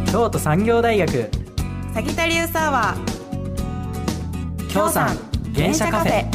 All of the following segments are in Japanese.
京都産業大学サギタリウスアワー京産原車カフェ。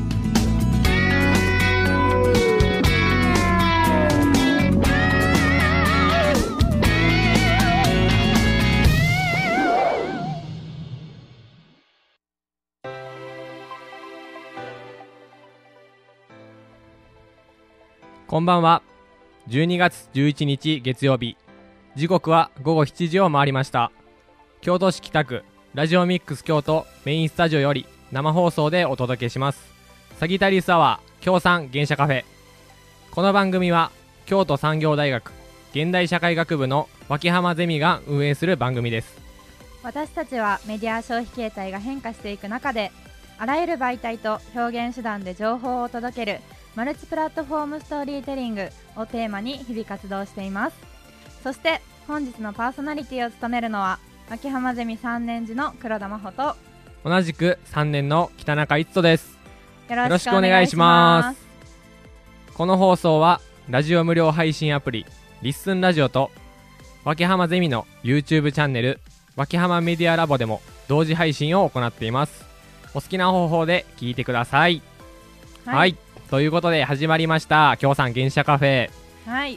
こんばんは。12月11日月曜日、時刻は午後7時を回りました。京都市北区ラジオミックス京都メインスタジオより生放送でお届けします。サギタリウスアワー京産原車カフェ。この番組は京都産業大学現代社会学部の脇浜ゼミが運営する番組です。 私たちはメディア消費形態が変化していく中で、あらゆる媒体と表現手段で情報を届けるマルチプラットフォームストーリーテリングをテーマに日々活動しています。そして本日のパーソナリティを務めるのは脇浜ゼミ3年次の黒田真帆と同じく3年の北中一斗です。 よろしくお願いします。 この放送はラジオ無料配信アプリリッスンラジオと脇浜ゼミの YouTube チャンネル脇浜メディアラボでも同時配信を行っています。お好きな方法で聞いてください。はい、ということで始まりました京産原車カフェ。はい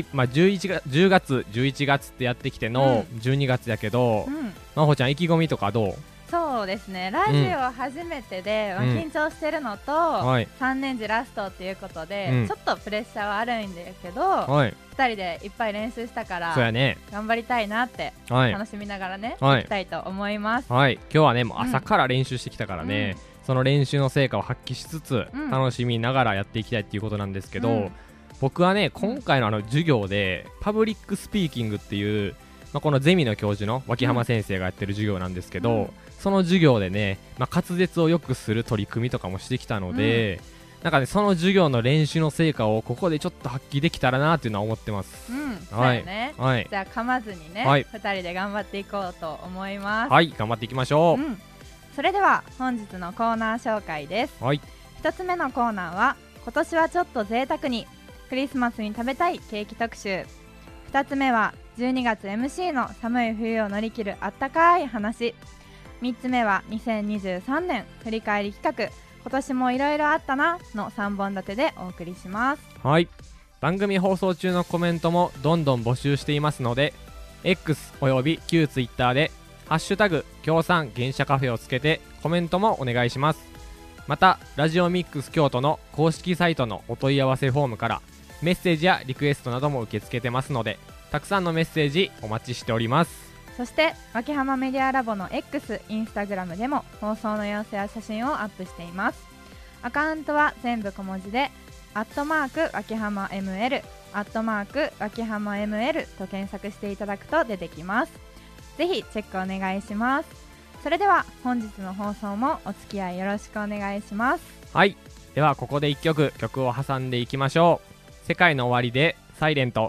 、10月11月ってやってきての12月やけど、真帆ちゃん意気込みとかどう？ そうですね、ラジオ初めてで、緊張してるのと、3年次ラストっていうことで、ちょっとプレッシャーはあるんだけど、2人でいっぱい練習したから、 そうやね、 頑張りたいなって、楽しみながらね、行きたいと思います。 今日はねもう朝から練習してきたからね、その練習の成果を発揮しつつ、楽しみながらやっていきたいっていうことなんですけど、僕はね今回の授業でパブリックスピーキングっていう、このゼミの教授の脇浜先生がやってる授業なんですけど、その授業でね、滑舌を良くする取り組みとかもしてきたので、なんかねその授業の練習の成果をここでちょっと発揮できたらなっていうのは思ってます。 そうやね、じゃあ噛まずにね、2人で頑張っていこうと思います。 頑張っていきましょう。 それでは本日のコーナー紹介です。1つ目のコーナーは今年はちょっと贅沢にクリスマスに食べたいケーキ特集。2つ目は12月 MC の寒い冬を乗り切るあったかい話。3つ目は2023年振り返り企画今年もいろいろあったなの3本立てでお送りします。 番組放送中のコメントもどんどん募集していますので X および旧 Twitter でハッシュタグ京産原車カフェをつけてコメントもお願いします。またラジオミックス京都の公式サイトのお問い合わせフォームからメッセージやリクエストなども受け付けてますので、たくさんのメッセージお待ちしております。 そして脇浜メディアラボの X、インスタグラムでも放送の様子や写真をアップしています。アカウントは全部小文字で@脇浜 ML @脇浜 ML と検索していただくと出てきます。ぜひチェックお願いします。それでは本日の放送もお付き合いよろしくお願いします。 ではここで1曲を挟んでいきましょう。世界の終わりでサイレント。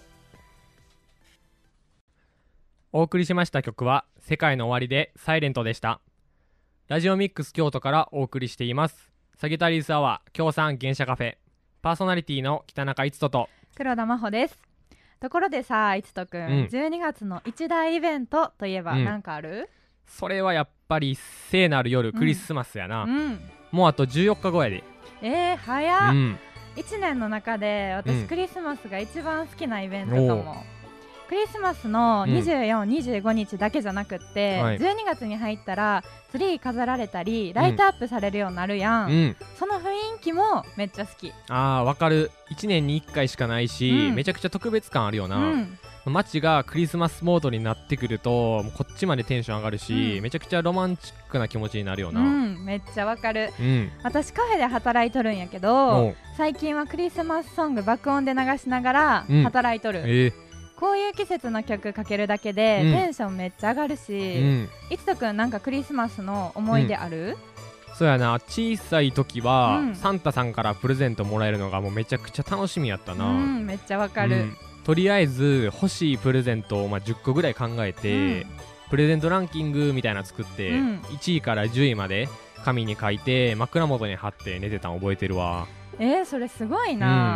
お送りしました曲は世界の終わりでサイレントでした。ラジオミックス京都からお送りしていますサギタリウスアワー京産原車カフェ。パーソナリティの北中一斗と黒田真帆です。ところでさ、一斗くん、12月の一大イベントといえば何かある？ それはやっぱり聖なる夜、クリスマスやな。もうあと14日後やで。 早っ。1年の中で私、クリスマスが一番好きなイベントかも。クリスマスの24、25日だけじゃなくって、12月に入ったらツリー飾られたりライトアップされるようになるやん、その雰囲気もめっちゃ好き。 わかる。1年に1回しかないし、めちゃくちゃ特別感あるよな。街がクリスマスモードになってくるとこっちまでテンション上がるし、めちゃくちゃロマンチックな気持ちになるよな。 めっちゃわかる。私カフェで働いとるんやけど、最近はクリスマスソング爆音で流しながら働いとる。こういう季節の曲かけるだけでテンションめっちゃ上がるし、いつとくんなんかクリスマスの思い出ある？ そうやな、小さい時は、サンタさんからプレゼントもらえるのがもうめちゃくちゃ楽しみやったな。 めっちゃわかる。 とりあえず欲しいプレゼントを10個ぐらい考えて、プレゼントランキングみたいなの作って、1位から10位まで紙に書いて枕元に貼って寝てたの覚えてるわ。 それすごいな。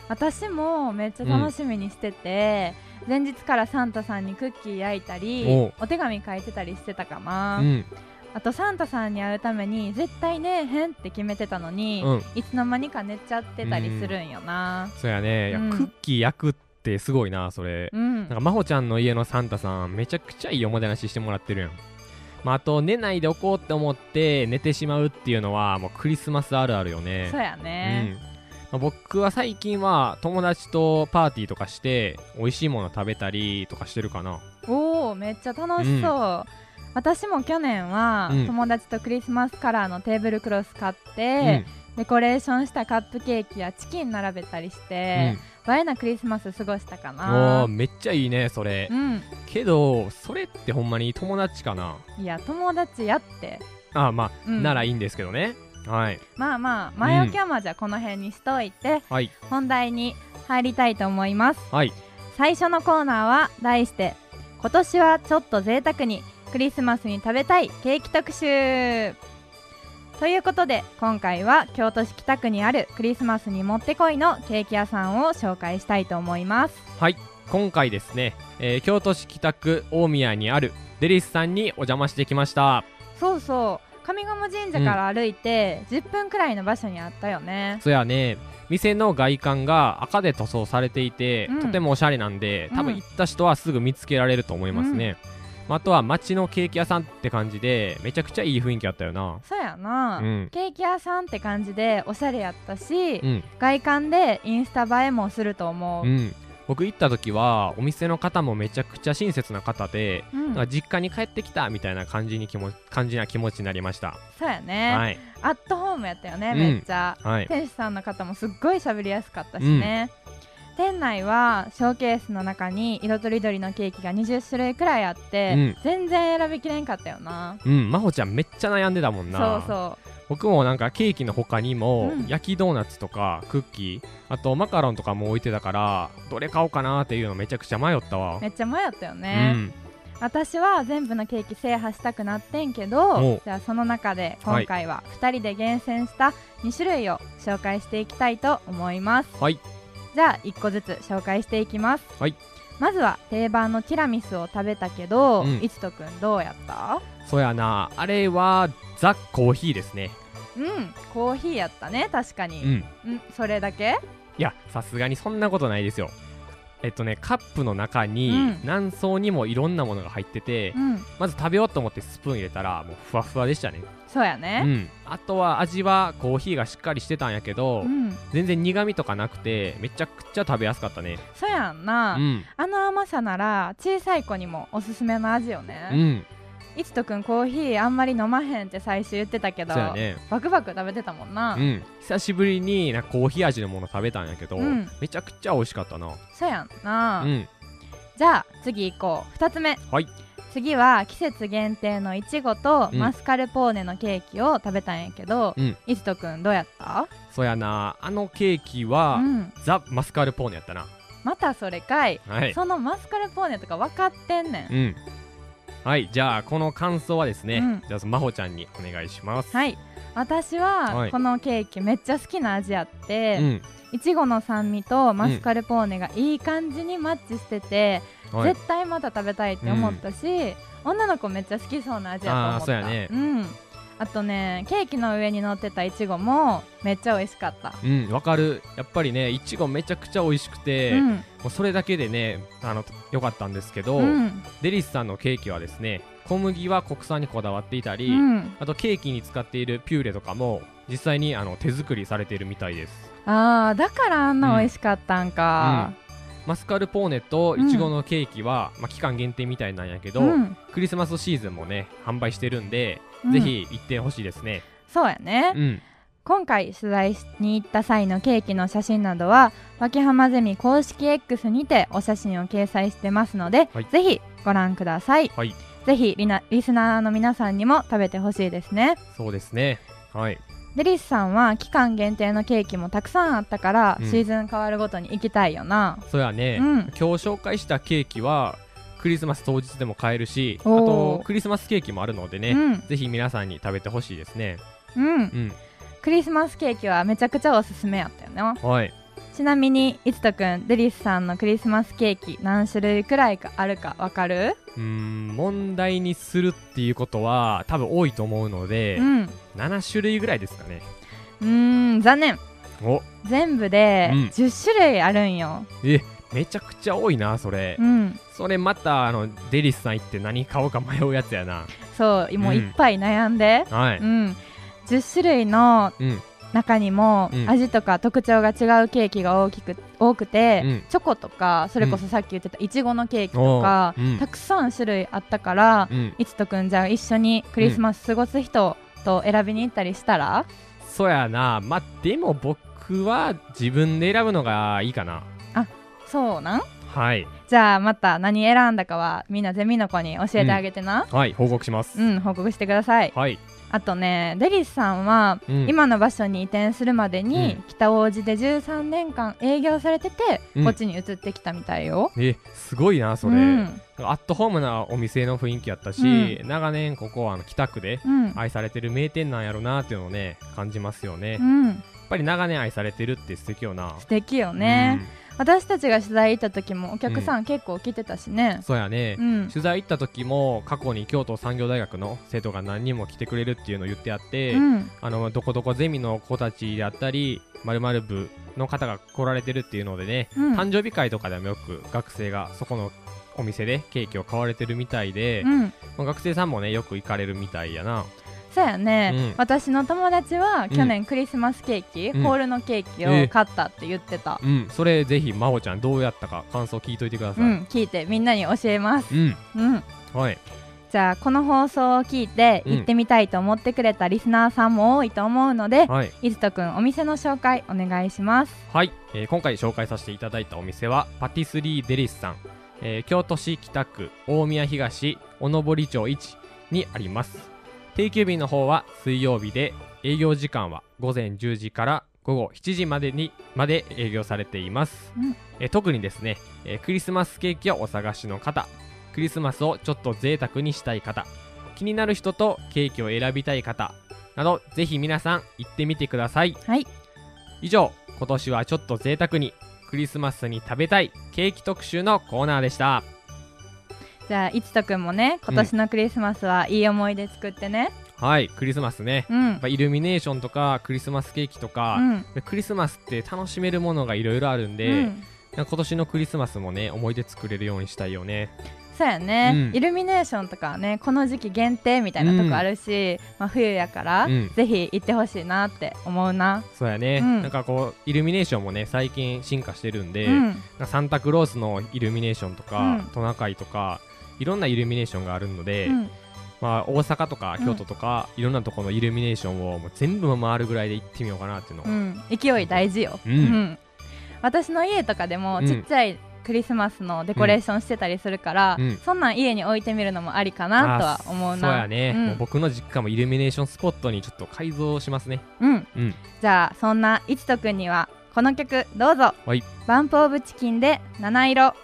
私もめっちゃ楽しみにしてて、前日からサンタさんにクッキー焼いたりお手紙書いてたりしてたかな、あとサンタさんに会うために絶対ねえへんって決めてたのに、いつの間にか寝ちゃってたりするんよな。 そうやね、いや、クッキー焼くってすごいなそれ、なんか真帆ちゃんの家のサンタさんめちゃくちゃいいおもてなししてもらってるやん。あと寝ないでおこうって思って寝てしまうっていうのはもうクリスマスあるあるよね。 そうやね、 僕は最近は友達とパーティーとかして美味しいもの食べたりとかしてるかな。 おーめっちゃ楽しそう、私も去年は友達とクリスマスカラーのテーブルクロス買って、デコレーションしたカップケーキやチキン並べたりして、映えなクリスマス過ごしたかな。 めっちゃいいねそれ、けどそれってほんまに友達かな。 いや友達やって。 ならいいんですけどね。はい、 まあ前置きはじゃあこの辺にしといて、本題に入りたいと思います。最初のコーナーは題して今年はちょっと贅沢にクリスマスに食べたいケーキ特集ということで、今回は京都市北区にあるクリスマスにもってこいのケーキ屋さんを紹介したいと思います。 はい、今回ですね、京都市北区大宮にあるデリスさんにお邪魔してきました。 そうそう上賀茂神社から歩いて10分くらいの場所にあったよね。 そうやね、店の外観が赤で塗装されていて、とてもおしゃれなんで多分行った人はすぐ見つけられると思いますね。あとは街のケーキ屋さんって感じでめちゃくちゃいい雰囲気あったよな。 そうやな、ケーキ屋さんって感じでおしゃれやったし、外観でインスタ映えもすると思う。僕行った時はお店の方もめちゃくちゃ親切な方で、実家に帰ってきたみたいな感じな気持ちになりました。 そうやね、アットホームやったよね、めっちゃ、店主さんの方もすっごい喋りやすかったしね、店内はショーケースの中に色とりどりのケーキが20種類くらいあって、全然選びきれんかったよな。 真帆ちゃんめっちゃ悩んでたもんな。 そう僕もなんかケーキの他にも、焼きドーナツとかクッキー、あとマカロンとかも置いてたからどれ買おうかなっていうのめちゃくちゃ迷ったわ。 めっちゃ迷ったよね、私は全部のケーキ制覇したくなってんけど、じゃあその中で今回は2人で厳選した2種類を紹介していきたいと思います。じゃあ1個ずつ紹介していきます。まずは定番のティラミスを食べたけど、いちとくんどうやった？ そうやな、あれはザ・コーヒーですね。 コーヒーやったね、確かに。それだけ？ いやさすがにそんなことないですよ。カップの中に何層にもいろんなものが入ってて、まず食べようと思ってスプーン入れたらもうふわふわでしたね。 そうやね、 あとは味はコーヒーがしっかりしてたんやけど、全然苦味とかなくてめちゃくちゃ食べやすかったね。 そうやんな、あの甘さなら小さい子にもおすすめの味よね。いちとくんコーヒーあんまり飲まへんって最初言ってたけど、バクバク食べてたもんな。久しぶりにコーヒー味のもの食べたんやけど、めちゃくちゃ美味しかったな。 そうやんな、じゃあ次行こう。2つ目、次は季節限定のいちごとマスカルポーネのケーキを食べたんやけど、いちとくんどうやった？ そうやな、あのケーキは、ザ・マスカルポーネやったな。 またそれかい、そのマスカルポーネとか分かってんねん。 じゃあこの感想はですね、じゃあ真帆ちゃんにお願いします。 私はこのケーキめっちゃ好きな味あって、いちごの酸味とマスカルポーネがいい感じにマッチしてて、絶対また食べたいって思ったし、女の子めっちゃ好きそうな味やと思った。 そうやね。 あとね、ケーキの上に乗ってたいちごもめっちゃ美味しかった。 わかる。やっぱりね、いちごめちゃくちゃ美味しくて、もうそれだけでね良かったんですけど、デリスさんのケーキはですね、小麦は国産にこだわっていたり、あとケーキに使っているピューレとかも実際に手作りされているみたいです。 だからあんな美味しかったんか。 マスカルポーネといちごのケーキは、期間限定みたいなんやけど、クリスマスシーズンもね販売してるんで、ぜひ行ってほしいですね。 そうやね、今回取材に行った際のケーキの写真などは脇浜ゼミ公式 X にてお写真を掲載してますので、ぜひご覧ください。ぜひリスナーの皆さんにも食べてほしいですね。 そうですね。 デリスさんは期間限定のケーキもたくさんあったから、シーズン変わるごとに行きたいよな。 そうやね、今日紹介したケーキはクリスマス当日でも買えるし、あとクリスマスケーキもあるのでね、ぜひ皆さんに食べてほしいですね。 クリスマスケーキはめちゃくちゃおすすめやったよね。 ちなみにいつとくんデリスさんのクリスマスケーキ何種類くらいかあるかわかる？ 問題にするっていうことは多分多いと思うので、7種類ぐらいですかね。 残念。全部で10種類あるんよ。 めちゃくちゃ多いなそれ。それまたデリスさん行って何買おうか迷うやつやな。 そうもういっぱい悩んで、10種類の中にも味とか特徴が違うケーキが多くて、チョコとかそれこそさっき言ってたいちごのケーキとか、たくさん種類あったから、いつとくんじゃあ一緒にクリスマス過ごす人と選びに行ったりしたら？ そうやな。でも僕は自分で選ぶのがいいかな。 そうなん？ はい。 じゃあまた何選んだかはみんなゼミの子に教えてあげてな。 はい、報告します。 報告してください。 はい。 あとね、デリスさんは、今の場所に移転するまでに、北大路で13年間営業されてて、こっちに移ってきたみたいよ。 すごいなそれ。アットホームなお店の雰囲気やったし、長年ここは北区で愛されてる名店なんやろなっていうのをね感じますよね。やっぱり長年愛されてるって素敵よな。 素敵よね。私たちが取材行った時もお客さん結構来てたしね。 そうやね、取材行った時も過去に京都産業大学の生徒が何人も来てくれるっていうのを言ってあって、どこどこゼミの子たちであったり〇〇部の方が来られてるっていうのでね、誕生日会とかでもよく学生がそこのお店でケーキを買われてるみたいで、学生さんもねよく行かれるみたいやな。 そうやね、私の友達は去年クリスマスケーキ、ホールのケーキを買ったって言ってた。 それぜひ真帆ちゃんどうやったか感想聞いといてください。 聞いてみんなに教えます。 はい。 じゃあこの放送を聞いて行ってみたいと思ってくれたリスナーさんも多いと思うので、いずとくんお店の紹介お願いします。 はい、今回紹介させていただいたお店はパティスリーデリスさん、京都市北区大宮東おのぼり町1にあります。定休日の方は水曜日で、営業時間は午前10時から午後7時まで営業されています。特にですね、クリスマスケーキをお探しの方、クリスマスをちょっと贅沢にしたい方、気になる人とケーキを選びたい方など、ぜひ皆さん行ってみてください。以上、今年はちょっと贅沢にクリスマスに食べたいケーキ特集のコーナーでした。 じゃあいつとくんもね、今年のクリスマスはいい思い出作ってね。 はい、クリスマスね、イルミネーションとかクリスマスケーキとか、クリスマスって楽しめるものがいろいろあるんで、今年のクリスマスもね思い出作れるようにしたいよね。 そうやね、イルミネーションとかはねこの時期限定みたいなとこあるし、冬やから、ぜひ行ってほしいなって思うな。 そうやね、なんかこうイルミネーションもね最近進化してるんで、サンタクロースのイルミネーションとか、トナカイとかいろんなイルミネーションがあるので、大阪とか京都とか、いろんなところのイルミネーションをもう全部回るぐらいで行ってみようかなっていうのを、 勢い大事よ。私の家とかでもちっちゃいクリスマスのデコレーションしてたりするから、そんなん家に置いてみるのもありかなとは思うな。 そうやね、もう僕の実家もイルミネーションスポットにちょっと改造しますね。 じゃあそんないつとくんにはこの曲どうぞ。バンプオブチキンで七色。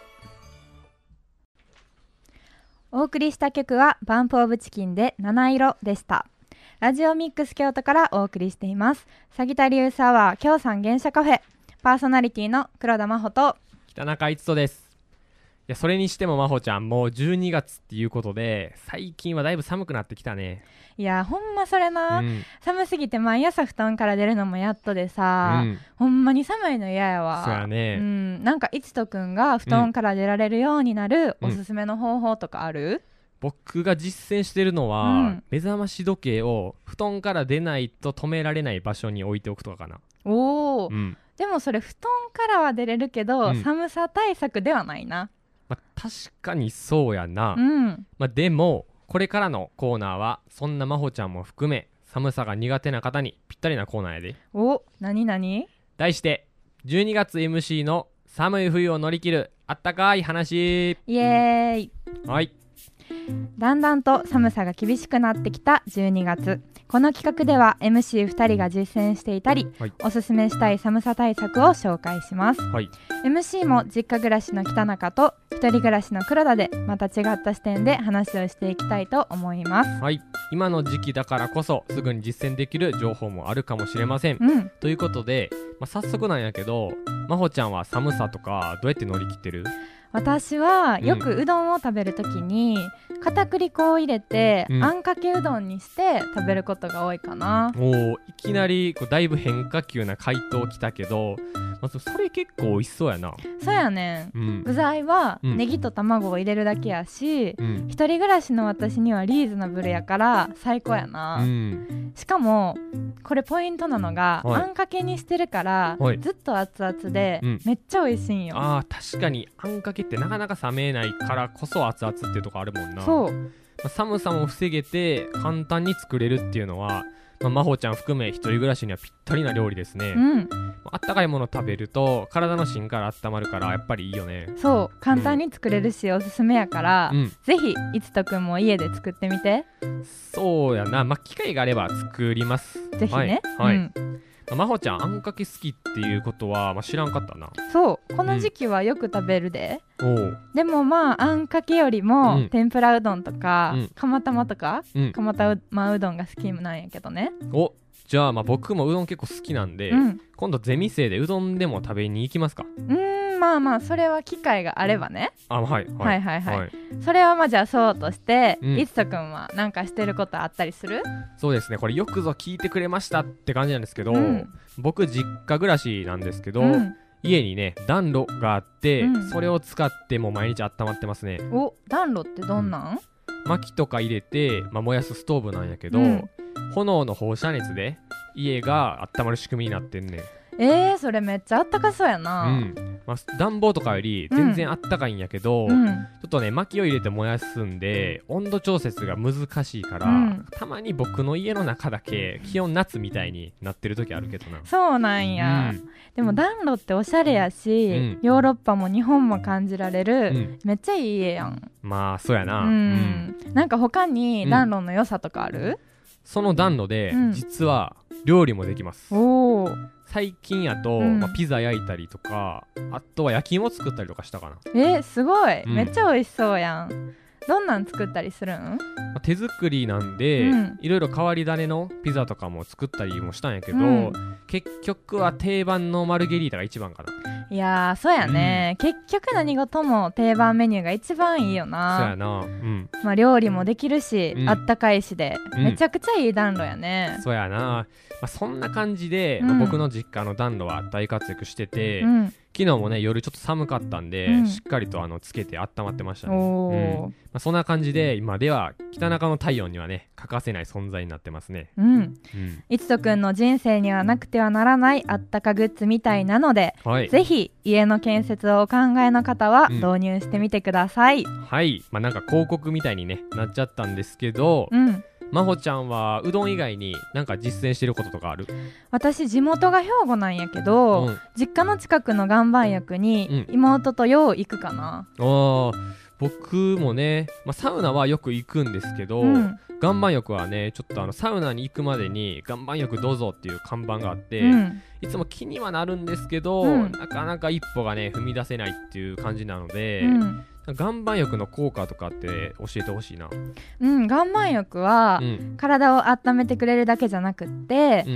お送りした曲はバンプオブチキンで七色でした。ラジオミックス京都からお送りしていますサギタリウスアワー京さん原車カフェ、パーソナリティの黒田真帆と北中一斗です。いや、それにしても真帆ちゃんもう12月っていうことで最近はだいぶ寒くなってきたね。 いやほんまそれな、寒すぎて毎朝布団から出るのもやっとでさ、ほんまに寒いの嫌やわ。 そうやね、 なんかいつとくんが布団から出られるようになるおすすめの方法とかある？ 僕が実践してるのは、目覚まし時計を布団から出ないと止められない場所に置いておくとかかな。でもそれ布団からは出れるけど、寒さ対策ではないな。確かにそうやな。でもこれからのコーナーはそんな真帆ちゃんも含め寒さが苦手な方にぴったりなコーナーやで。 何題して12月 MC の寒い冬を乗り切るあったかい話。 イエーイ。だんだんと寒さが厳しくなってきた12月、この企画では MC2 人が実践していたり、おすすめしたい寒さ対策を紹介します。MC も実家暮らしの北中と一人暮らしの黒田でまた違った視点で話をしていきたいと思います。 今の時期だからこそすぐに実践できる情報もあるかもしれません、ということで早速なんやけど、まほちゃんは寒さとかどうやって乗り切ってる？ 私はよくうどんを食べるときに片栗粉を入れて、あんかけうどんにして食べることが多いかな。 おー、いきなりこうだいぶ変化球な回答きたけど、それ結構美味しそうやな。 そうやねん、 具材はネギと卵を入れるだけやし、一人暮らしの私にはリーズナブルやから最高やな。しかもこれポイントなのが、あんかけにしてるからずっと熱々で、めっちゃ美味しいんよ。 確かにあんかけってなかなか冷めないからこそ熱々っていうとこあるもんな。 そう、 寒さも防げて簡単に作れるっていうのは、まほちゃん含め一人暮らしにはぴったりな料理ですね。あったかいもの食べると体の芯から温まるからやっぱりいいよね。 そう簡単に作れるし、おすすめやから、ぜひいつとくんも家で作ってみて。 そうやな、機会があれば作ります。 ぜひね。 まほちゃんあんかけ好きっていうことは、知らんかったな。 そうこの時期はよく食べるで、でもあんかけよりも、天ぷらうどんとか、釜玉とか、釜玉うどんが好きなんやけどね。 じゃあ僕もうどん結構好きなんで、今度ゼミ生でうどんでも食べに行きますか？ それは機会があればね。 はい。 それはじゃあそうとして、いつとくんはなんかしてることあったりする？ そうですね、これよくぞ聞いてくれましたって感じなんですけど、僕実家暮らしなんですけど、家にね暖炉があって、それを使ってもう毎日温まってますね。 暖炉ってどんなん？ 薪とか入れて、燃やすストーブなんやけど、炎の放射熱で家が温まる仕組みになってんねん。 それめっちゃあったかそうやな。 暖房とかより全然あったかいんやけど、ちょっとね薪を入れて燃やすんで温度調節が難しいから、たまに僕の家の中だけ気温夏みたいになってる時あるけどな。 そうなんや、でも暖炉っておしゃれやし、ヨーロッパも日本も感じられる、めっちゃいい家やん。 そうやな。 なんか他に暖炉の良さとかある？ その暖炉で、実は料理もできます。最近やと、ピザ焼いたりとか、あとは焼き芋作ったりとかしたかな。 すごい、めっちゃ美味しそうやん。どんなん作ったりするん？ 手作りなんで、いろいろ変わり種のピザとかも作ったりもしたんやけど、結局は定番のマルゲリータが一番かな。 いやそうやね、結局何事も定番メニューが一番いいよな。 そうやな。 料理もできるし、あったかいしで、めちゃくちゃいい暖炉やね。 そうやな。そんな感じで、僕の実家の暖炉は大活躍してて、昨日もね夜ちょっと寒かったんで、しっかりとつけて温まってましたね。そんな感じで今では北中の太陽にはね欠かせない存在になってますね。いつとくんの人生にはなくてはならないあったかグッズみたいなので、ぜひ家の建設をお考えの方は導入してみてください。 なんか広告みたいに、ね、なっちゃったんですけど、まほちゃんはうどん以外になんか実践してることとかある？ 私地元が兵庫なんやけど、実家の近くの岩盤浴に妹とよう行くかな。 僕もね、サウナはよく行くんですけど、岩盤浴はねちょっとサウナに行くまでに岩盤浴どうぞっていう看板があって、いつも気にはなるんですけど、なかなか一歩がね踏み出せないっていう感じなので、岩盤浴の効果とかって教えてほしいな。 岩盤浴は、体を温めてくれるだけじゃなくって、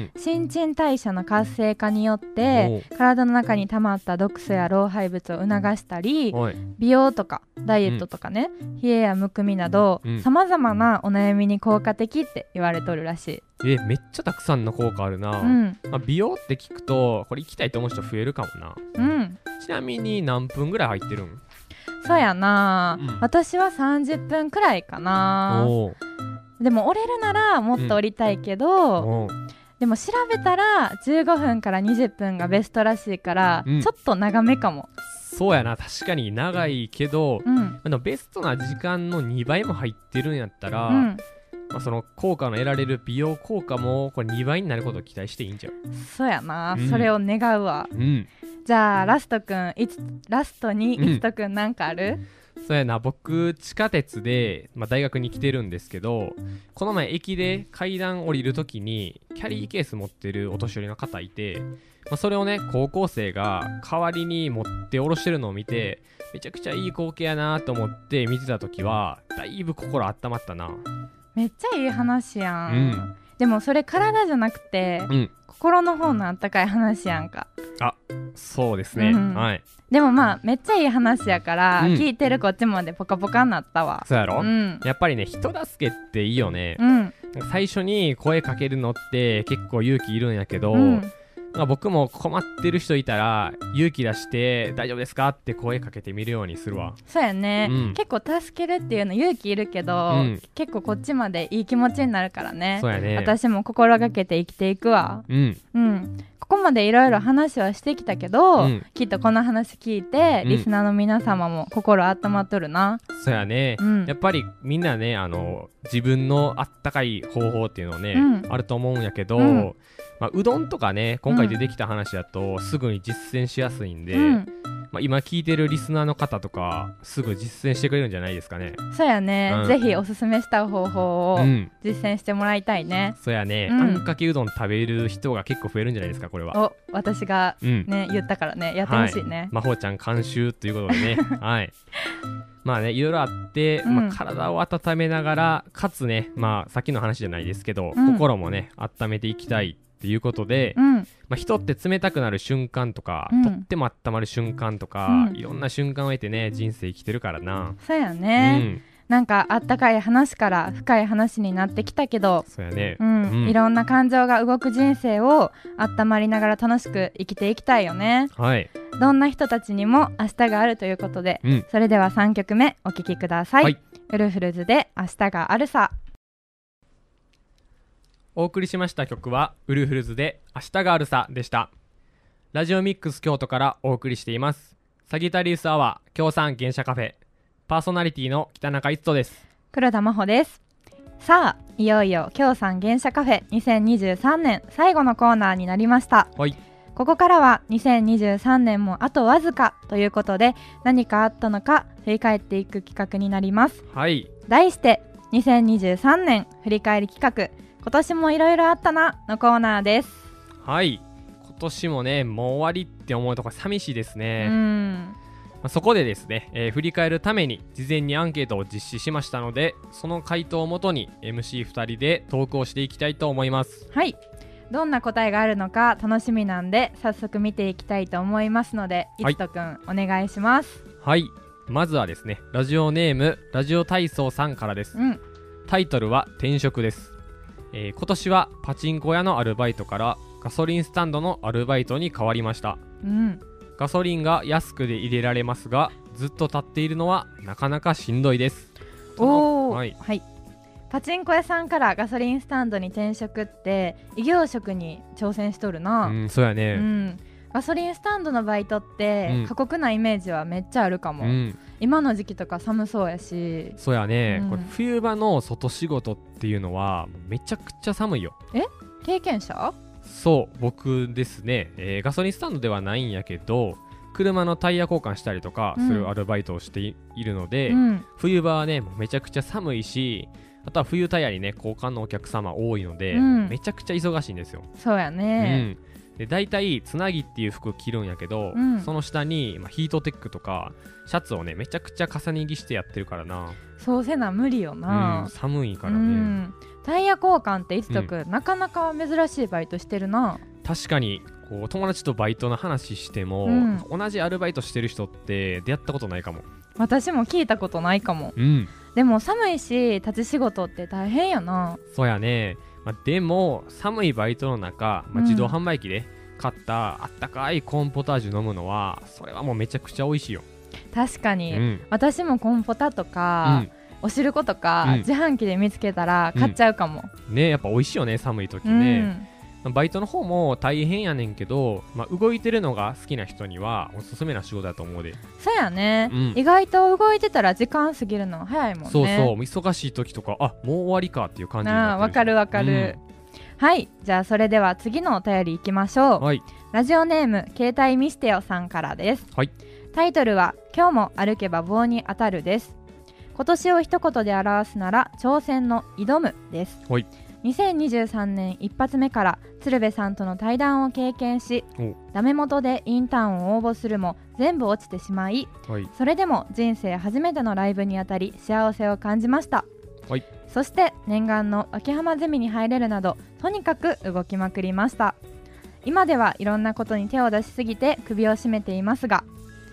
新陳代謝の活性化によって体の中に溜まった毒素や老廃物を促したり、美容とかダイエットとかね、冷えやむくみなどさまざまなお悩みに効果的って言われとるらしい。 めっちゃたくさんの効果あるな。美容って聞くとこれ行きたいと思う人増えるかもな。ちなみに何分ぐらい入ってるん？ そうやな、私は30分くらいかな。でも降りるならもっと降りたいけど、でも調べたら15分から20分がベストらしいから、ちょっと長めかも。 そうやな、確かに長いけど、ベストな時間の2倍も入ってるんやったら、その効果の得られる美容効果もこれ2倍になることを期待していいんちゃう？ そうやな、それを願うわ。じゃあラストにいつとくんなんかある？ そうやな、僕地下鉄で、大学に来てるんですけど、この前駅で階段降りるときにキャリーケース持ってるお年寄りの方いて、それをね高校生が代わりに持って下ろしてるのを見て、めちゃくちゃいい光景やなと思って見てたときはだいぶ心温まったな。 めっちゃいい話やん、 でもそれ体じゃなくて、心の方のあったかい話やんか。 あ、そうですね、はい。 でもまあめっちゃいい話やから、聞いてるこっちまでポカポカになったわ。 そうやろ、やっぱりね、人助けっていいよね、最初に声かけるのって結構勇気いるんやけど、僕も困ってる人いたら勇気出して大丈夫ですかって声かけてみるようにするわ。 そうやね、結構助けるっていうの勇気いるけど、結構こっちまでいい気持ちになるからね。 そうやね、 私も心がけて生きていくわ。ここまでいろいろ話はしてきたけど、きっとこの話聞いて、リスナーの皆様も心温まっとるな。 そうやね、やっぱりみんなね、自分のあったかい方法っていうのね、あると思うんやけど、うどんとかね、今回出てきた話だと、すぐに実践しやすいんで、今聞いてるリスナーの方とかすぐ実践してくれるんじゃないですかね。 そうやね、ぜひおすすめした方法を実践してもらいたいね。 そうやね、あんかけうどん食べる人が結構増えるんじゃないですか、これは。 お、私がね、言ったからね、やってほしいね。 まほちゃん監修ということでねはい。まあね、いろいろあって、体を温めながら、かつね、さっきの話じゃないですけど、心もね温めていきたいっていうことで、人って冷たくなる瞬間とか、とっても温まる瞬間とか、いろんな瞬間を得てね、人生生きてるからな。 そうやね、なんかあったかい話から深い話になってきたけど、 そうやね、 いろんな感情が動く人生を温まりながら楽しく生きていきたいよね。 はい。 どんな人たちにも明日があるということで、それでは3曲目お聴きください。ウルフルズで明日があるさ。 お送りしました曲はウルフルズで明日があるさでした。ラジオミックス京都からお送りしていますサギタリウスアワー京産原車カフェ、パーソナリティの北中一斗です。 黒田真帆です。さあ、いよいよ京産原車カフェ2023年最後のコーナーになりました。 はい。 ここからは2023年もあとわずかということで、何かあったのか振り返っていく企画になります。 はい。 題して2023年振り返り企画、今年もいろいろあったなのコーナーです。 はい。今年もね、もう終わりって思うとこ寂しいですね。そこでですね、振り返るために事前にアンケートを実施しましたので、その回答をもとに MC2 人でトークをしていきたいと思います。 はい。どんな答えがあるのか楽しみなんで、早速見ていきたいと思いますので、いつとくんお願いします。 はい。まずはですね、ラジオネームラジオ体操さんからです。タイトルは転職です。今年はパチンコ屋のアルバイトからガソリンスタンドのアルバイトに変わりました。ガソリンが安くで入れられますが、ずっと立っているのはなかなかしんどいです。はい、 パチンコ屋さんからガソリンスタンドに転職って異業種に挑戦しとるな。 そうやね、 ガソリンスタンドのバイトって過酷なイメージはめっちゃあるかも。今の時期とか寒そうやし。 そうやね、これ冬場の外仕事っていうのはめちゃくちゃ寒いよ。 経験者？ そう僕ですね、ガソリンスタンドではないんやけど、車のタイヤ交換したりとかするアルバイトをしているので、冬場はねもうめちゃくちゃ寒いし、あとは冬タイヤにね交換のお客様多いので、めちゃくちゃ忙しいんですよ。 そうやね、 で大体つなぎっていう服着るんやけど、その下に、ヒートテックとかシャツをねめちゃくちゃ重ね着してやってるからな。 そうせな無理よな、 寒いからね、 タイヤ交換っていつとく、なかなか珍しいバイトしてるな。 確かにこう友達とバイトの話しても、同じアルバイトしてる人って出会ったことないかも。 私も聞いたことないかも、でも寒いし立ち仕事って大変やな。 そうやね、でも寒いバイトの中、自動販売機で買ったあったかいコーンポタージュ飲むのは、それはもうめちゃくちゃ美味しいよ。 確かに、私もコーンポタとか、お汁粉とか、自販機で見つけたら買っちゃうかも、 ね。やっぱ美味しいよね、寒い時ね。バイトの方も大変やねんけど、動いてるのが好きな人にはおすすめな仕事だと思うで。 そうやね、意外と動いてたら時間過ぎるの早いもんね。 そうそう、忙しい時とかもう終わりかっていう感じになってる。 わかるわかる、はい。じゃあそれでは次のお便りいきましょう。ラジオネーム携帯ミステオさんからです。タイトルは今日も歩けば棒に当たるです。今年を一言で表すなら挑戦の挑むです。2023年一発目から鶴瓶さんとの対談を経験し、ダメ元でインターンを応募するも全部落ちてしまい、それでも人生初めてのライブにあたり幸せを感じました。 はい。 そして念願の秋浜ゼミに入れるなどとにかく動きまくりました。今ではいろんなことに手を出しすぎて首を絞めていますが、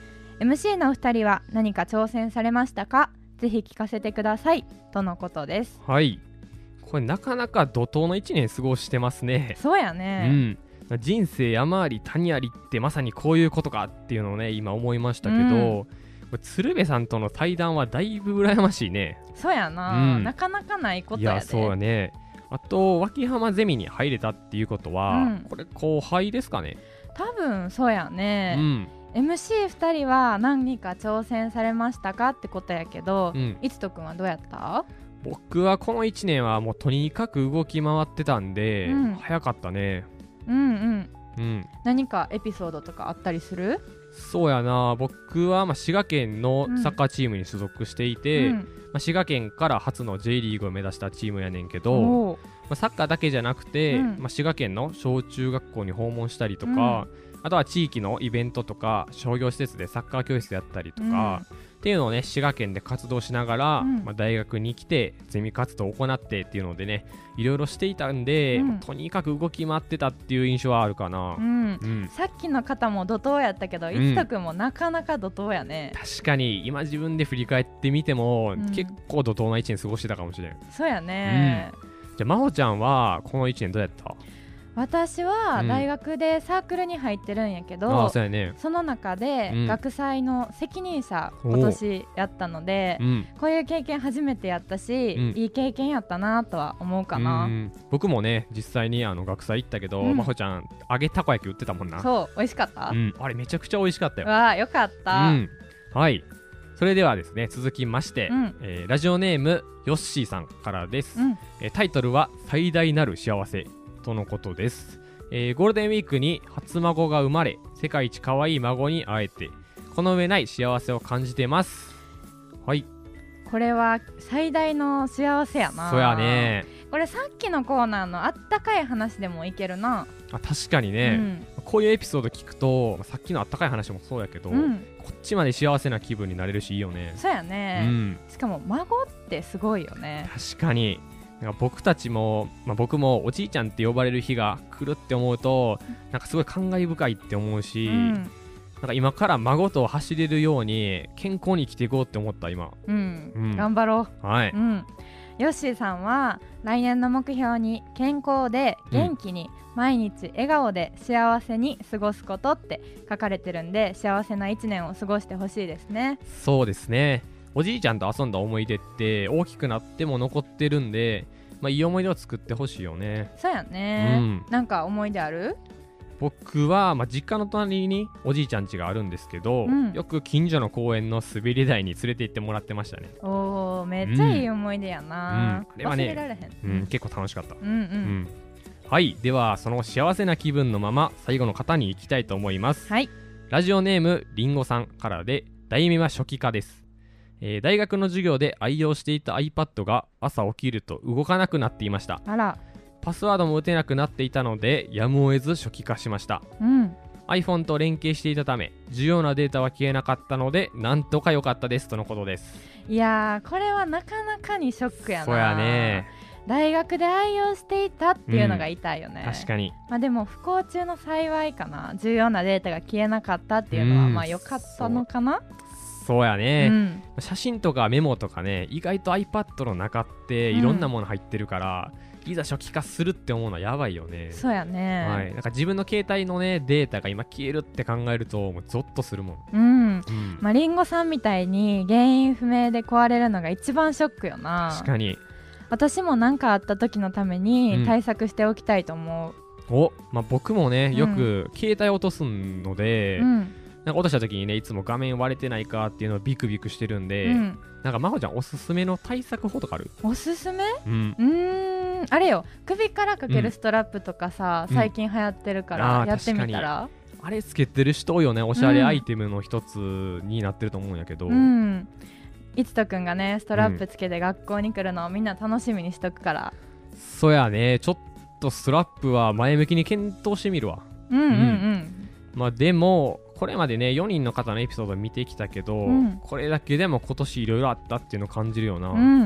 MC のお二人は何か挑戦されましたか？ぜひ聞かせてくださいとのことです。 はい。これなかなか怒涛の1年過ごしてますね。 そうやね、 人生山あり谷ありってまさにこういうことかっていうのをね今思いましたけど、これ鶴瓶さんとの対談はだいぶ羨ましいね。 そうやな、なかなかないことやで。 いやそうやね。あと脇浜ゼミに入れたっていうことは、これ後輩ですかね。 多分そうやね、MC2 人は何か挑戦されましたかってことやけど、いつとくんはどうやった？ 僕はこの1年はもうとにかく動き回ってたんで、早かったね。 何かエピソードとかあったりする？ そうやな、僕は滋賀県のサッカーチームに所属していて、滋賀県から初の J リーグを目指したチームやねんけど、サッカーだけじゃなくて、滋賀県の小中学校に訪問したりとか、あとは地域のイベントとか商業施設でサッカー教室やったりとか、っていうのをね滋賀県で活動しながら、大学に来てゼミ活動を行ってっていうのでねいろいろしていたんで、とにかく動き回ってたっていう印象はあるかな。 さっきの方も怒涛やったけど、いつとくんもなかなか怒涛やね。 確かに今自分で振り返ってみても、結構怒涛な1年過ごしてたかもしれん。 そうやね、 じゃあ真帆ちゃんはこの1年どうやった？ 私は大学でサークルに入ってるんやけど、 そうやね、 その中で学祭の責任者今年やったので、こういう経験初めてやったし、いい経験やったなとは思うかな。 僕もね実際に学祭行ったけど、真帆ちゃん揚げたこ焼き売ってたもんな。 そう美味しかった、 あれめちゃくちゃ美味しかったよ。 わあよかった、 はい。それではですね続きまして、ラジオネームヨッシーさんからです、タイトルは最大なる幸せとのことです。ゴールデンウィークに初孫が生まれ、世界一可愛い孫に会えてこの上ない幸せを感じてます。はい。 これは最大の幸せやな。 そうやね。 これさっきのコーナーのあったかい話でもいけるな。 確かにね、こういうエピソード聞くとさっきのあったかい話もそうやけど、こっちまで幸せな気分になれるしいいよね。 そうやね、しかも孫ってすごいよね。 確かに。なんか僕たちも、僕もおじいちゃんって呼ばれる日が来るって思うとなんかすごい感慨深いって思うし、なんか今から孫と走れるように健康に生きていこうって思った今。 頑張ろう。 はい。 ヨッシーさんは来年の目標に健康で元気に毎日笑顔で幸せに過ごすことって書かれてるんで、幸せな1年を過ごしてほしいですね。 そうですね。おじいちゃんと遊んだ思い出って大きくなっても残ってるんで、いい思い出を作ってほしいよね。 そうやね、なんか思い出ある？ 僕は、実家の隣におじいちゃん家があるんですけど、よく近所の公園の滑り台に連れて行ってもらってましたね。 おーめっちゃいい思い出やな、忘れられへん、 結構楽しかった。はい。ではその幸せな気分のまま最後の方に行きたいと思います。 はい。 ラジオネームりんごさんからで、題名は初期化です。大学の授業で愛用していた iPad が朝起きると動かなくなっていました。 あら。 パスワードも打てなくなっていたのでやむを得ず初期化しました。iPhone と連携していたため重要なデータは消えなかったのでなんとか良かったですとのことです。 いやーこれはなかなかにショックやな。 そうやね。 大学で愛用していたっていうのが痛いよね、 確かに。 でも不幸中の幸いかな。重要なデータが消えなかったっていうのは良かったのかな。 そうやね、写真とかメモとかね意外と iPad の中っていろんなもの入ってるから、いざ初期化するって思うのはやばいよね。 そうやね、 なんか自分の携帯のねデータが今消えるって考えるともうゾッとするもん。 リンゴさんみたいに原因不明で壊れるのが一番ショックよな。 確かに。私も何かあった時のために対策しておきたいと思う。僕もねよく携帯落とすので、なんか落とした時にねいつも画面割れてないかっていうのをビクビクしてるんで、なんか真帆ちゃんおすすめの対策法とかある？ おすすめ？あれよ、首からかけるストラップとかさ、最近流行ってるからやってみたら？ あれつけてる人多いよね。おしゃれアイテムの一つになってると思うんやけど、 いつとくんがねストラップつけて学校に来るのをみんな楽しみにしとくから。 そうやね。ちょっとストラップは前向きに検討してみるわ。でもこれまでね4人の方のエピソードを見てきたけど、これだけでも今年いろいろあったっていうのを感じるよな。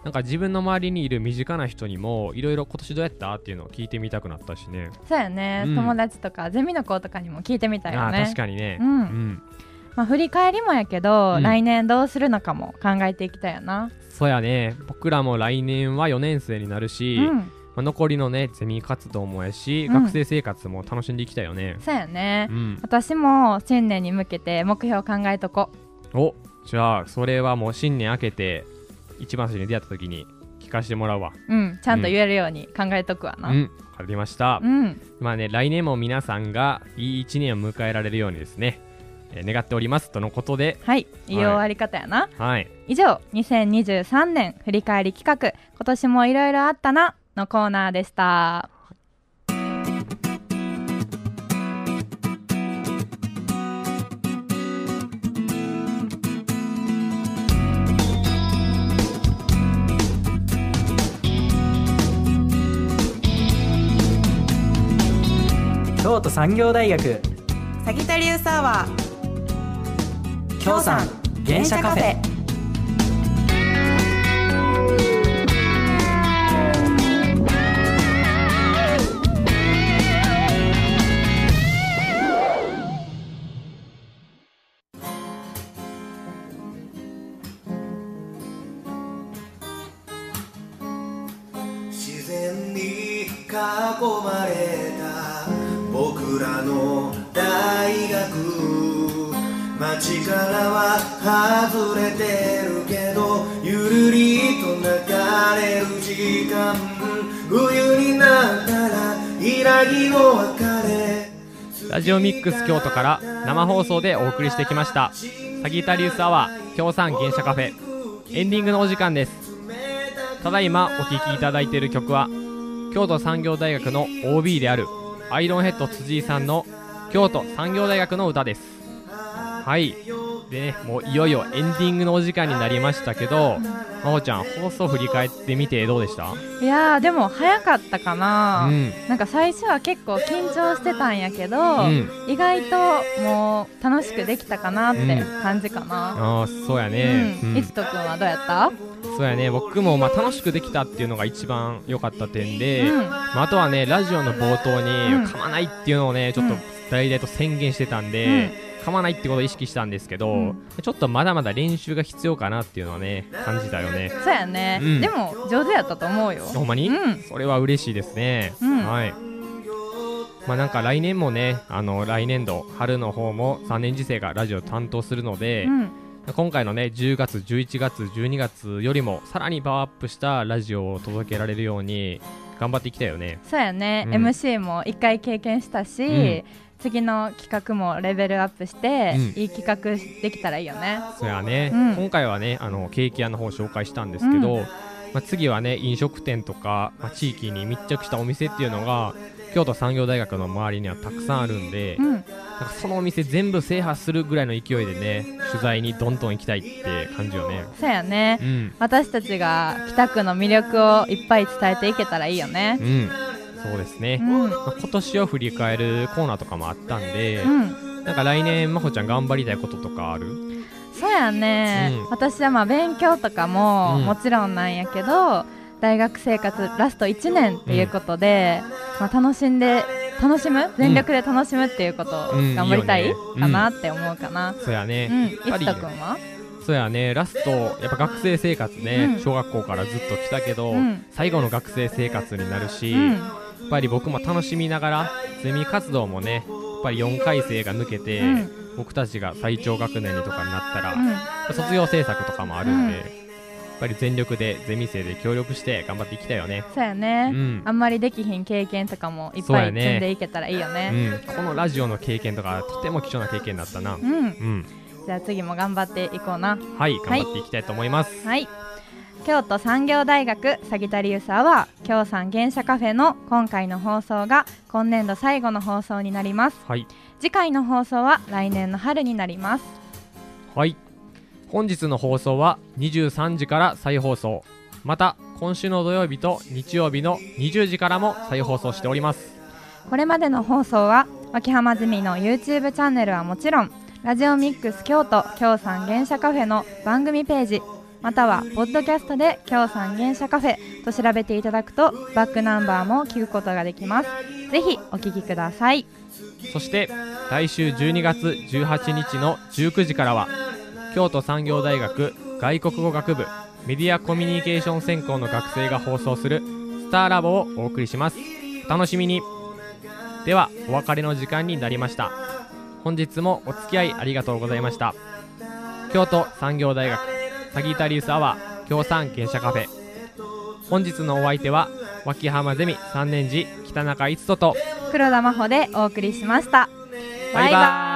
なんか自分の周りにいる身近な人にもいろいろ今年どうやったっていうのを聞いてみたくなったしね。 そうやね、友達とかゼミの子とかにも聞いてみたいよね。 確かにね。 振り返りもやけど、来年どうするのかも考えていきたいよな。 そうやね。僕らも来年は4年生になるし、残りのねゼミ活動もやし、学生生活も楽しんでいきたいよね。 そうやね、私も新年に向けて目標を考えとこ。 じゃあそれはもう新年明けて一番最初に出会った時に聞かせてもらうわ。 ちゃんと言えるように考えとくわな。 わかりました。まあね、来年も皆さんがいい一年を迎えられるようにですね、願っておりますとのことで、 いい終わり方やな。 はい、 以上2023年振り返り企画、今年もいろいろあったなのコーナーでした。 京都産業大学サギタリウスアワー京産原車カフェ。 自然に囲まれた僕らの大学、街からは外れてるけどゆるりと流れる時間、冬になったら揺らぎの別れ。 ラジオミックス京都から生放送でお送りしてきましたサギタリウスアワー京産原車カフェ、エンディングのお時間です。ただいまお聴きいただいている曲は京都産業大学の OB であるアイロンヘッド辻井さんの京都産業大学の歌です。はいでね、もういよいよエンディングのお時間になりましたけど、まほちゃん放送振り返ってみてどうでした？ いやーでも早かったかな、なんか最初は結構緊張してたんやけど、意外ともう楽しくできたかなって感じかな。 そうやね。 いつとくんはどうやった？ そうやね、僕もまあ楽しくできたっていうのが一番良かった点で、あとはねラジオの冒頭に噛まないっていうのをねちょっと大々と宣言してたんで、噛まないってことを意識したんですけど、ちょっとまだまだ練習が必要かなっていうのはね感じたよね。 そうやね、でも上手やったと思うよ。 ほんまに、それは嬉しいですね。はい。まあなんか来年もね来年度春の方も3年次生がラジオを担当するので、今回のね10月11月12月よりもさらにパワーアップしたラジオを届けられるように頑張っていきたいよね。 そうやね、MC も1回経験したし、次の企画もレベルアップして、いい企画できたらいいよね。 そうやね、今回はねケーキ屋の方を紹介したんですけど、次はね飲食店とか、地域に密着したお店っていうのが京都産業大学の周りにはたくさんあるんで、なんかそのお店全部制覇するぐらいの勢いでね取材にどんどん行きたいって感じよね。 そうやね、私たちが北区の魅力をいっぱい伝えていけたらいいよね。 そうですね、今年を振り返るコーナーとかもあったんで、なんか来年まほちゃん頑張りたいこととかある？ そうやね、私はまあ勉強とかももちろんなんやけど、大学生活ラスト1年っていうことで、楽しむ全力で楽しむっていうことを頑張りたいかなって思うかな。 そうやね。 いつとくんは？ そうやね、ラストやっぱ学生生活ね、小学校からずっと来たけど、最後の学生生活になるし、やっぱり僕も楽しみながらゼミ活動もねやっぱり4回生が抜けて、僕たちが最長学年にとかになったら、卒業制作とかもあるんで、やっぱり全力でゼミ生で協力して頑張っていきたいよね。 そうやね、あんまりできひん経験とかもいっぱい積んでいけたらいいよね。 このラジオの経験とかとても貴重な経験だったな。 じゃあ次も頑張っていこうな。 はい、頑張っていきたいと思います。 はい、京都産業大学サギタリウスアワー京産原車カフェの今回の放送が今年度最後の放送になります。次回の放送は来年の春になります。 はい、本日の放送は23時から再放送、また今週の土曜日と日曜日の20時からも再放送しております。 これまでの放送は脇浜ゼミの YouTube チャンネルはもちろん、ラジオミックス京都京産原車カフェの番組ページ、 またはポッドキャストで京三原車カフェと調べていただくとバックナンバーも聞くことができます。ぜひお聞きください。 そして来週12月18日の19時からは京都産業大学外国語学部メディアコミュニケーション専攻の学生が放送するスターラボをお送りします。お楽しみに。ではお別れの時間になりました。本日もお付き合いありがとうございました。京都産業大学サギタリウスアワー京産原車カフェ、本日のお相手は脇浜ゼミ3年次北中一斗と黒田真帆でお送りしました。 バイバイ。